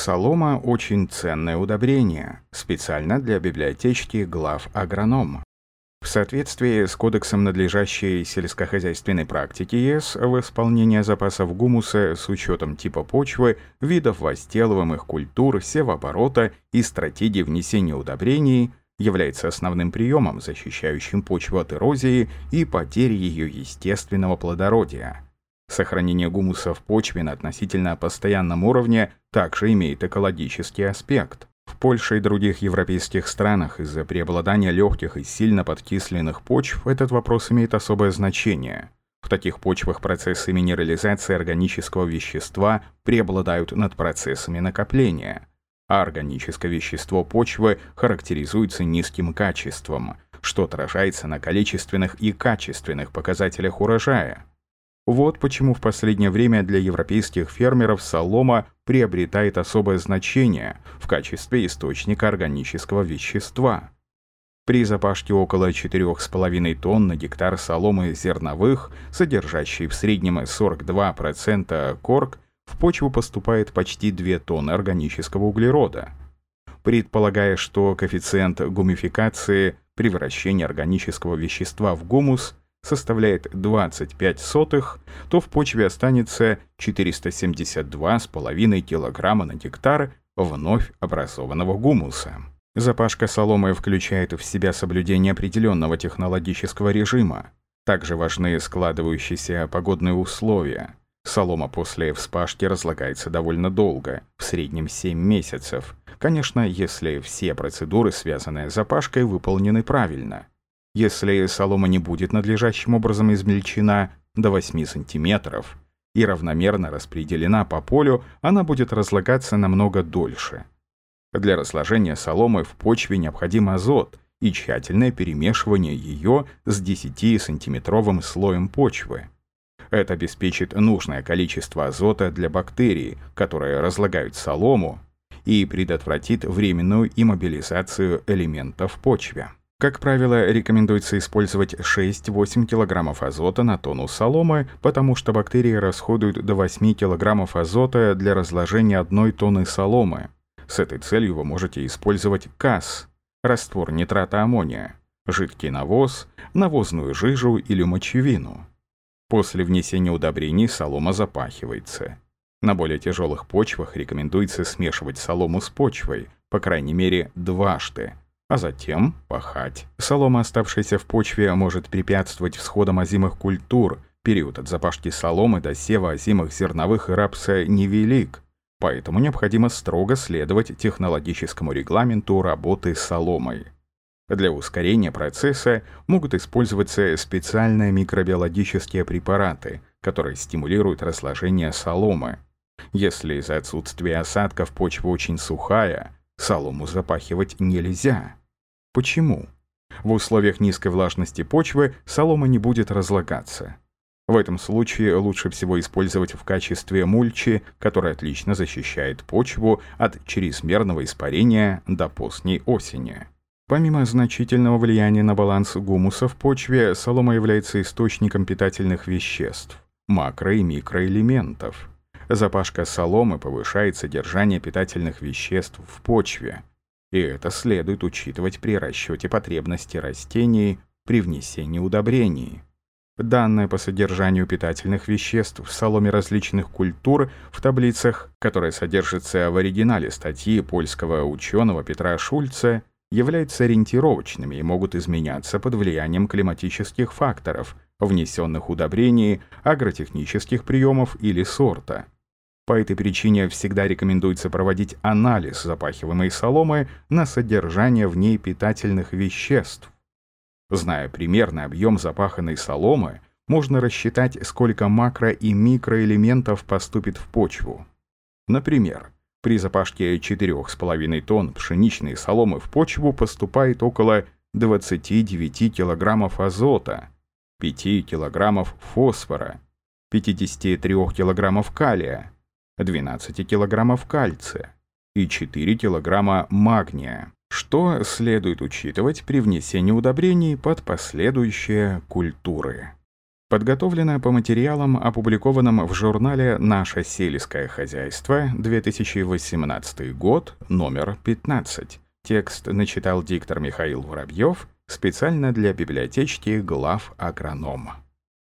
Солома – очень ценное удобрение, специально для библиотечки глав агронома. В соответствии с Кодексом надлежащей сельскохозяйственной практики ЕС в исполнение запасов гумуса с учетом типа почвы, видов возделываемых культур, севооборота и стратегии внесения удобрений является основным приемом, защищающим почву от эрозии и потери ее естественного плодородия. Сохранение гумуса в почве на относительно постоянном уровне также имеет экологический аспект. В Польше и других европейских странах из-за преобладания легких и сильно подкисленных почв этот вопрос имеет особое значение. В таких почвах процессы минерализации органического вещества преобладают над процессами накопления, а органическое вещество почвы характеризуется низким качеством, что отражается на количественных и качественных показателях урожая. Вот почему в последнее время для европейских фермеров солома приобретает особое значение в качестве источника органического вещества. При запашке около 4,5 тонн на гектар соломы зерновых, содержащей в среднем 42% корк, в почву поступает почти 2 тонны органического углерода. Предполагая, что коэффициент гумификации, превращения органического вещества в гумус, составляет 25 сотых, то в почве останется 472,5 кг на гектар вновь образованного гумуса. Запашка соломы включает в себя соблюдение определенного технологического режима. Также важны складывающиеся погодные условия. Солома после вспашки разлагается довольно долго, в среднем 7 месяцев. Конечно, если все процедуры, связанные с запашкой, выполнены правильно. Если солома не будет надлежащим образом измельчена до 8 см и равномерно распределена по полю, она будет разлагаться намного дольше. Для разложения соломы в почве необходим азот и тщательное перемешивание ее с 10-сантиметровым слоем почвы. Это обеспечит нужное количество азота для бактерий, которые разлагают солому, и предотвратит временную иммобилизацию элементов в почве. Как правило, рекомендуется использовать 6-8 кг азота на тонну соломы, потому что бактерии расходуют до 8 кг азота для разложения 1 тонны соломы. С этой целью вы можете использовать КАС, раствор нитрата аммония, жидкий навоз, навозную жижу или мочевину. После внесения удобрений солома запахивается. На более тяжелых почвах рекомендуется смешивать солому с почвой, по крайней мере, дважды, а затем пахать. Солома, оставшаяся в почве, может препятствовать всходам озимых культур. Период от запашки соломы до сева озимых зерновых и рапса невелик, поэтому необходимо строго следовать технологическому регламенту работы с соломой. Для ускорения процесса могут использоваться специальные микробиологические препараты, которые стимулируют разложение соломы. Если из-за отсутствия осадков почва очень сухая, солому запахивать нельзя. Почему? В условиях низкой влажности почвы солома не будет разлагаться. В этом случае лучше всего использовать в качестве мульчи, который отлично защищает почву от чрезмерного испарения до поздней осени. Помимо значительного влияния на баланс гумуса в почве, солома является источником питательных веществ, макро- и микроэлементов. Запашка соломы повышает содержание питательных веществ в почве, и это следует учитывать при расчете потребностей растений при внесении удобрений. Данные по содержанию питательных веществ в соломе различных культур в таблицах, которые содержатся в оригинале статьи польского ученого Петра Шульца, являются ориентировочными и могут изменяться под влиянием климатических факторов, внесенных удобрений, агротехнических приемов или сорта. По этой причине всегда рекомендуется проводить анализ запахиваемой соломы на содержание в ней питательных веществ. Зная примерный объем запаханной соломы, можно рассчитать, сколько макро- и микроэлементов поступит в почву. Например, при запашке 4,5 тонн пшеничной соломы в почву поступает около 29 кг азота, 5 кг фосфора, 53 кг калия, 12 кг кальция и 4 кг магния, что следует учитывать при внесении удобрений под последующие культуры. Подготовлено по материалам, опубликованным в журнале «Наше сельское хозяйство», 2018 год, номер 15. Текст начитал диктор Михаил Воробьев специально для библиотечки глав агронома.